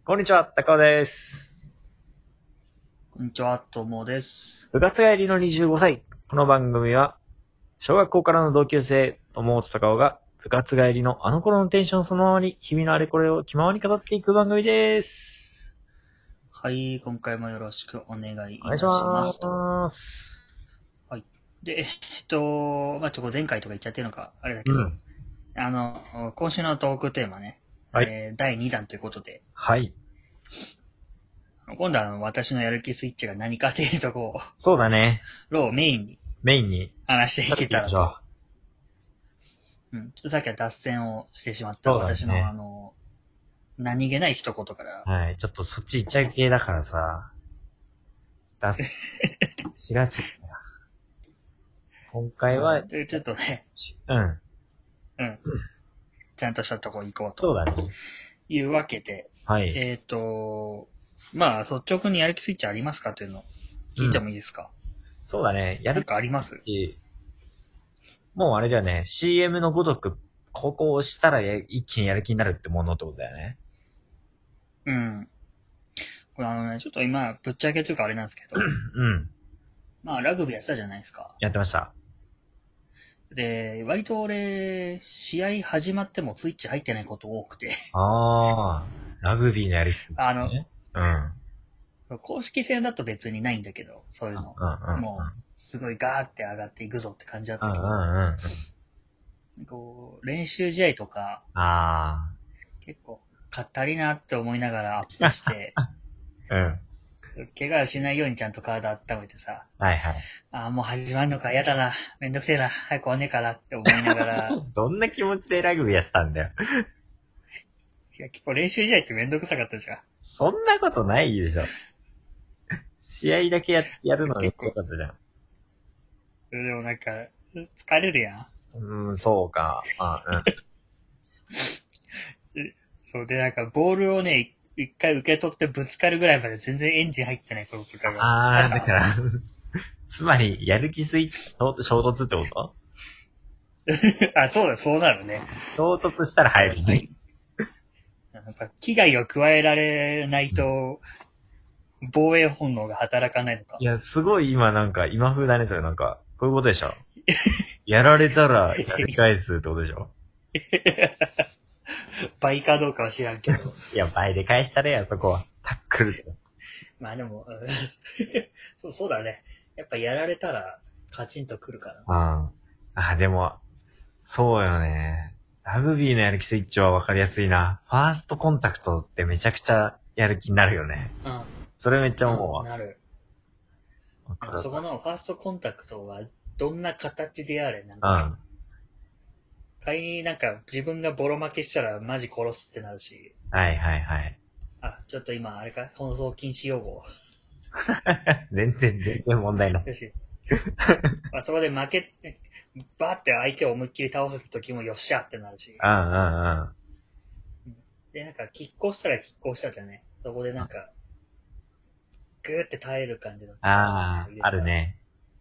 こんにちは、高尾です。 こんにちは、ともです。 部活帰りの25歳。この番組は、小学校からの同級生、友と高尾が、部活帰りのあの頃のテンションそのままに、日々のあれこれを気ままに語っていく番組です。 はい、今回もよろしくお願いいお願いしたします。 ます。 はい。で、前回とか言っちゃってるのか、あれだけど、 うん。 今週のトークテーマね、 はい。 第2弾ということで、 はい。 今度は私のやる気スイッチが何かっていうとこそうだね。 ろをメインにメインに、 話していけたらと。 行きましょちょっとさっきは脱線をしてしまっう。 たそうだ私のね。 何気ない一言から、 はい。ちょっとそっち行っちゃう系だからさ、出す、しがちだよ。今回は、 でちょっとね、 うん。 うん、ちゃんとしたとこ行こうとそうだね。 いうわけで、 はい。 率直にやる気スイッチありますかというのを聞いてもいいですか？ そうだね。やなんるかあります？ 気、もうあれだよね。CM のごとく、ここを押したら一気にやる気になるってものってことだよね。 うん。これちょっと今、ぶっちゃけというかあれなんですけど、 うん。 ラグビーやってたじゃないですか。 やってました。 で、割と俺、試合始まってもスイッチ入ってないこと多くて、 あー、ラグビーのやる気あの、 ね。うん。うん公式戦だと別にないんだけど、そういうの。 うんうん。 もう、すごいガーって上がっていくぞって感じだっうんうたけど、 んうん。 練習試合とか、 あ結構、かったりなって思いながらアップして、 ー。うん。 怪我をしないようにちゃんと体温めてさ、 はいはい。 もう始まるのか、やだな、めんどくせえな、早く終わんねえからって思いながら、 どんな気持ちでラグビーやってたんだよ。 いや、結構練習試合ってめんどくさかったじゃん。 そんなことないでしょ。試合だけやるのがよ結構、 かったじゃん。 でもなんか、疲れるやそうか。うん。 ん。そうで、なんか、ボールをね、一回受け取ってぶつかるぐらいまで全然エンジン入ってないこととかが多々あっだからつまり、やる気スイッチ衝突ってこと？ た。あ、そうだ、そうなるね。 衝突したら入るね。 やっぱ、危害を加えられないと、防衛本能が働かないのか。 いや、すごい今風だね、それこういうことでしょ。やられたら、やり返すってことでしょ。 倍かどうかは知らんけど。 いや、倍で返したれや、そこは。タックルで。 まあでも、そうだね。やっぱやられたら、カチンとくるから。 でも、そうよね。ラグビーのやる気スイッチはわかりやすいな。ファーストコンタクトってめちゃくちゃやる気になるよね。それめっちゃ思うわ。 なる。 わかる。 そこのファーストコンタクトがどんな形であれ、 うん。は仮になんか自分がボロ負けしたらマジ殺すってなるし、 いはいはい。 ちょっと今あれか、放送禁止用語。 全然問題ない。 だし、そこで負け、バーって相手を思いっきり倒せた時もよっしゃってなるし。 うん。 で、なんか、拮抗したら拮抗したじゃね。そこでなんか、ぐーって耐える感じの力を入れたある。ね。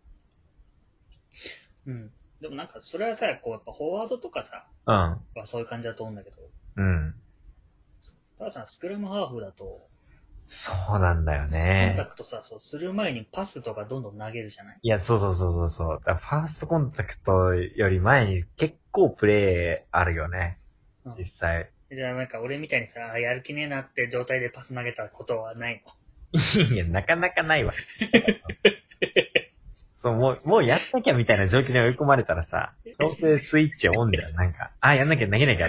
うん。でもなんか、それはさ、やっぱフォワードとかさ、 うん。 はそういう感じだと思うんだけど、 うん。 たださ、スクラムハーフだと、 そうなんだよコンタね。 クトさ、する前にパスとかどんどん投げるじゃない？ いや、そう。だからファーストコンタクトより前に結構プレーあるよね。 うん。 実際。 じゃあなんか俺みたいにさ、やる気ねえなって状態でパス投げたことはないの？ いや、なかなかないわ。そう、もうやんなきゃみたいな状況に追い込まれたらさ、強制スイッチオンじゃん。やんなきゃ投げなきゃ。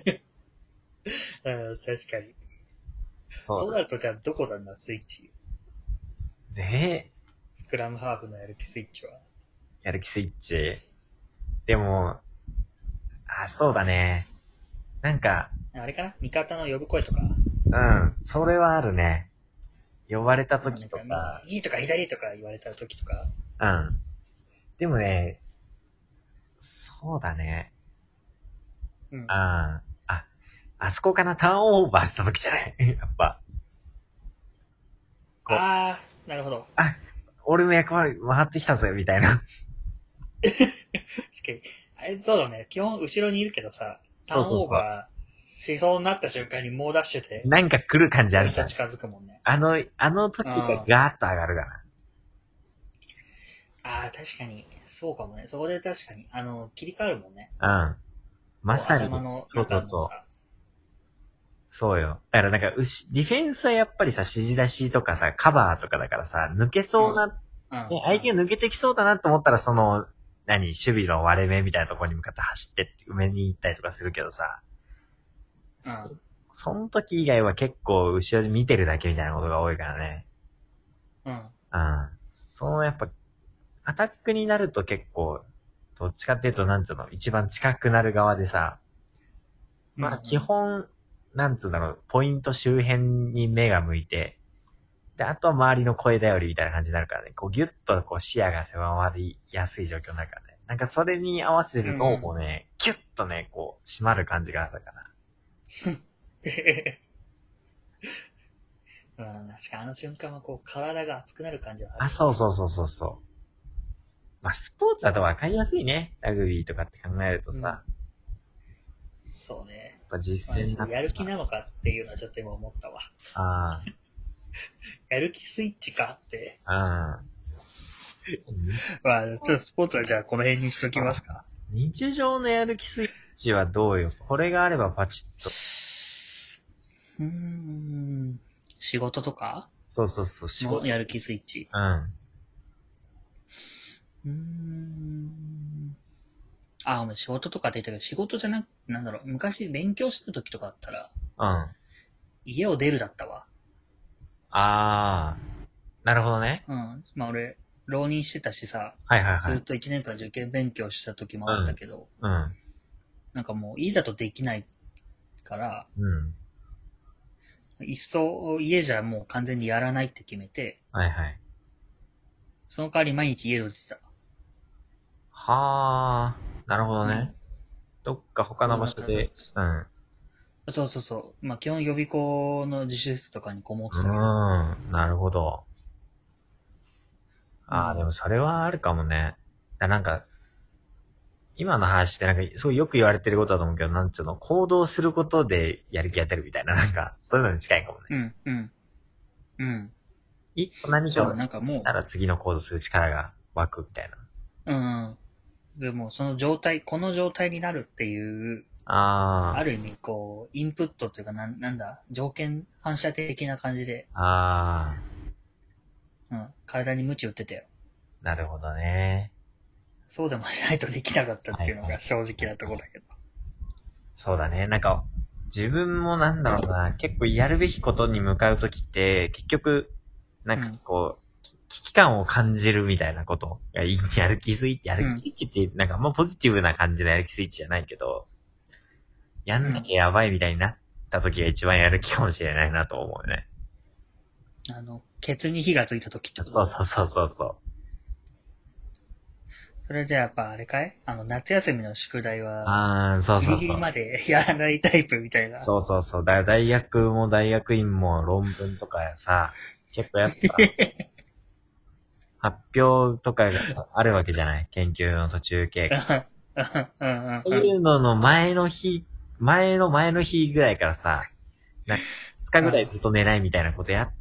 確かに。そうそう。 なるとじゃあどこなんだ、スイッチ。 で、 スクラムハーフのやる気スイッチは。 やる気スイッチ。でも、そうだね。 あれかな、味方の呼ぶ声とか。 それはあるね。呼ばれたなん時とか、 か、 右とか左とか言われた時とか。 うん。でもね、そうだね。 うん。 あそこかな、ターンオーバーした時じゃないやっぱ。こう、 なるほど。 俺の役割回ってきたぜ、みたいな。 確かに。そうだね。基本後ろにいるけどさ、ターンオーバーしそうになった瞬間に猛ダッシュで、 なんか来る感じあるじゃん。 近づくもんね。 あの時がガーッと上がるかああ、確かに。そうかもね。そこで確かに、切り替わるもんね。 な。うん。まさに。 頭のそうそうそう。 中のさ。 そうよ。だからなんか、ディフェンスはやっぱりさ、指示出しとかさ、カバーとかだからさ、抜けそうな、ね、相手が抜けてきそうだなと思ったら、守備の割れ目みたいなところに向かって走って埋めに行ったりとかするけどさ、その時以外は結構後ろで見てるだけみたいなことが多いからね。 うん。 うん。やっぱ、アタックになると結構、どっちかっていうと、なんつうの、一番近くなる側でさ、まあ基本、なんつうんだろう、ポイント周辺に目が向いて、で、あとは周りの声頼りみたいな感じになるからね、こうギュッとこう視野が狭まりやすい状況になるからね。なんかそれに合わせると、こうね、キュッとね、こう、締まる感じがあるかな。 確かあの瞬間はこう、体が熱くなる感じはある。 あ、そうそうそうそうそう。まあ、スポーツだと分かりやすいね。ラグビーとかって考えるとさ。 そうね。 やっぱ実践まあ、やる気なのかっていうのはちょっと今思ったわ。 あやる気スイッチかって。 あ。 まあ、ちょっとスポーツはじゃあこの辺にしときますか。 日常のやる気スイッチはどうよ。これがあればパチッと。 仕事とかそうそうそう、仕事。 のやる気スイッチ。あ、お前仕事とかって言ったけど、仕事じゃなく、なんだろう、昔勉強してた時とかだったら、家を出るだったわ。 ああ。なるほどね。 まあ俺、浪人してたしさ、 はいはいはい。 ずっと1年間受験勉強した時もあったけど、なんかもう家だとできないから、いっそ家じゃもう完全にやらないって決めて、 はいはい。 その代わり毎日家を出てた。 はあ。なるほどね。どっか他の場所で、 そうそうそう。まあ基本予備校の自習室とかにこもってたけど。 なるほど。ああ、でもそれはあるかもね。なんか、今の話ってなんか、すごいよく言われてることだと思うけど、なんつうの、行動することでやる気が出るみたいな、なんか、そういうのに近いかもね。一個何かをしたら次の行動する力が湧くみたいな。でもその状態、この状態になるっていう、ある意味こう、インプットというかなんだ、条件反射的な感じで、体に鞭打ってたよ。 なるほどね。 そうでもしないとできなかったっていうのが正直なところだけど。 そうだね。なんか、自分もなんだろうな、結構やるべきことに向かうときって、結局、なんかこう、危機感を感じるみたいなことがやる気スイッチ、やる気スイッチって、なんかあんまポジティブな感じのやる気スイッチじゃないけど、やんなきゃやばいみたいになったときが一番やる気かもしれないなと思うね。 ケツに火がついたときってこと？ そう。 それじゃあやっぱあれかい？夏休みの宿題は、 ギリギリまでやらないタイプみたいな。 そう。だから大学も大学院も論文とかさ、結構やっぱ、発表とかがあるわけじゃない？研究の途中経過。そういうのの前の日ぐらいからさ、なんか2日ぐらいずっと寝ないみたいなことやって、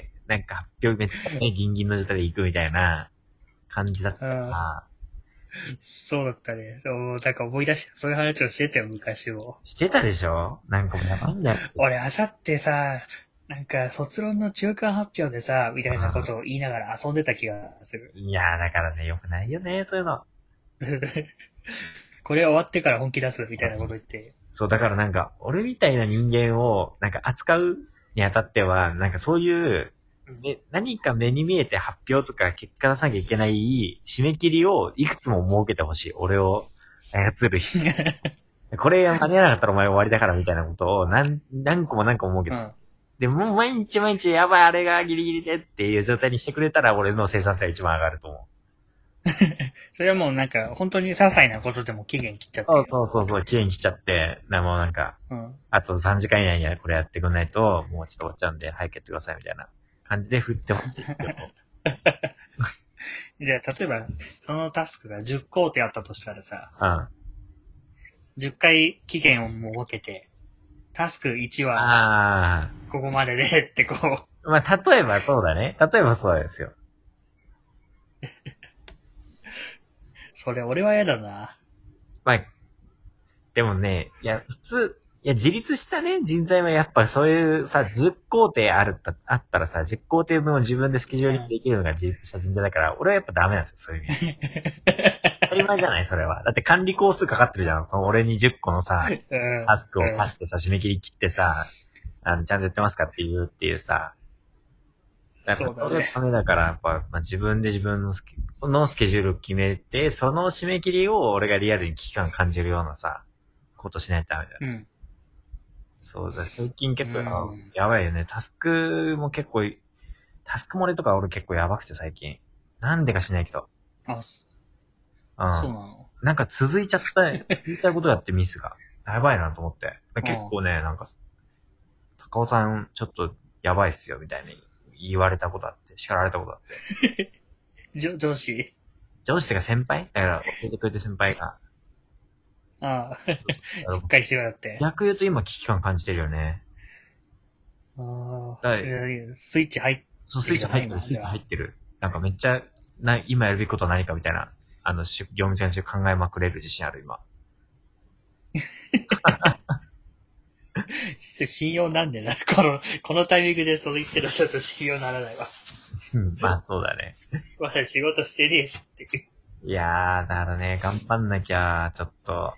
なんか発表めっちゃね、ギンギンの状態で行くみたいな感じだったから。 そうだったね。なんか思い出した。そういう話をしてたよ、昔も。 してたでしょ？なんかもうやばいんだよ。 俺、あさってさ、なんか卒論の中間発表でさ、みたいなことを言いながら遊んでた気がする。 いやー、だからね、よくないよね、そういうの。 これ終わってから本気出すみたいなこと言って。 そう、だからなんか、俺みたいな人間を、なんか扱うにあたっては、なんかそういう、何か目に見えて発表とか結果出さなきゃいけない締め切りをいくつも設けてほしい。俺を操る人。これ間に合わなかったらお前終わりだからみたいなことを何個も設けて。で、もう毎日やばいあれがギリギリでっていう状態にしてくれたら俺の生産性が一番上がると思う。 それはもうなんか本当に些細なことでも期限切っちゃって。 そう、期限切っちゃって、もうなんか、あと3時間以内にこれやってくんないと、もうちょっと終わっちゃうんで、早くやってくださいみたいな感じで振ってほしい。 じゃあ、例えば、そのタスクが10工程あったとしたらさ、10回期限を設けて、 タスク1は、ここまででってこう。まあ、例えばそうだね。例えばそうですよ。 それ俺は嫌だな。 まあ、でもね、いや、普通、いや、自立したね、人材はやっぱそういうさ、10工程あったらさ、10工程分を自分でスケジューリングできるのが自立した人材だから、俺はやっぱダメなんですよ、そういう意味で。当たり前じゃない、それは。だって管理工数かかってるじゃん。その俺に10個のさ、タスクをパスってさ、締め切り切ってさ、ちゃんとやってますかっていうさ、だからそれはダメだから、やっぱ、まあ、自分で自分のスケジュールを決めて、その締め切りを俺がリアルに危機感感じるようなさ、ことしないとダメだよ。うん。そうだ、最近結構やばいよね。タスクも結構、タスク漏れとか俺結構やばくて最近。なんでかしないけど。 うん。そうなの？ なんか続いちゃうことだってミスが。やばいなと思って。結構ね、なんか、高尾さんちょっとやばいっすよ、みたいに言われたことあって、叱られたことあって。 上司ってか先輩だから、教えてくれて先輩が。 ああ、しっかりしろよって。 逆言うと今危機感感じてるよね。 ああ。スイッチ入ってる。 そう、スイッチ入ってる。なんかめっちゃ、今やるべきことは何かみたいな、業務中考えまくれる自信ある、今。 信用なんでな。このタイミングでそれ言ってるとちょっと信用ならないわ。 うん、まあそうだね。 まだ仕事してねえしって。 いやー、だからね、頑張んなきゃ、ちょっと。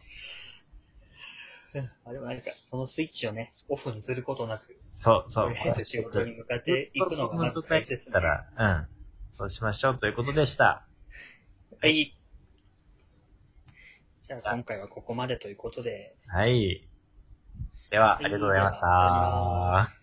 あれはなんか、そのスイッチをね、オフにすることなく。 そう。 とりあえず仕事に向かっていくのがまず大切だから、うん。そうしましょうということでした。 はい。じゃあ今回はここまでということで。 はい。では、ありがとうございました。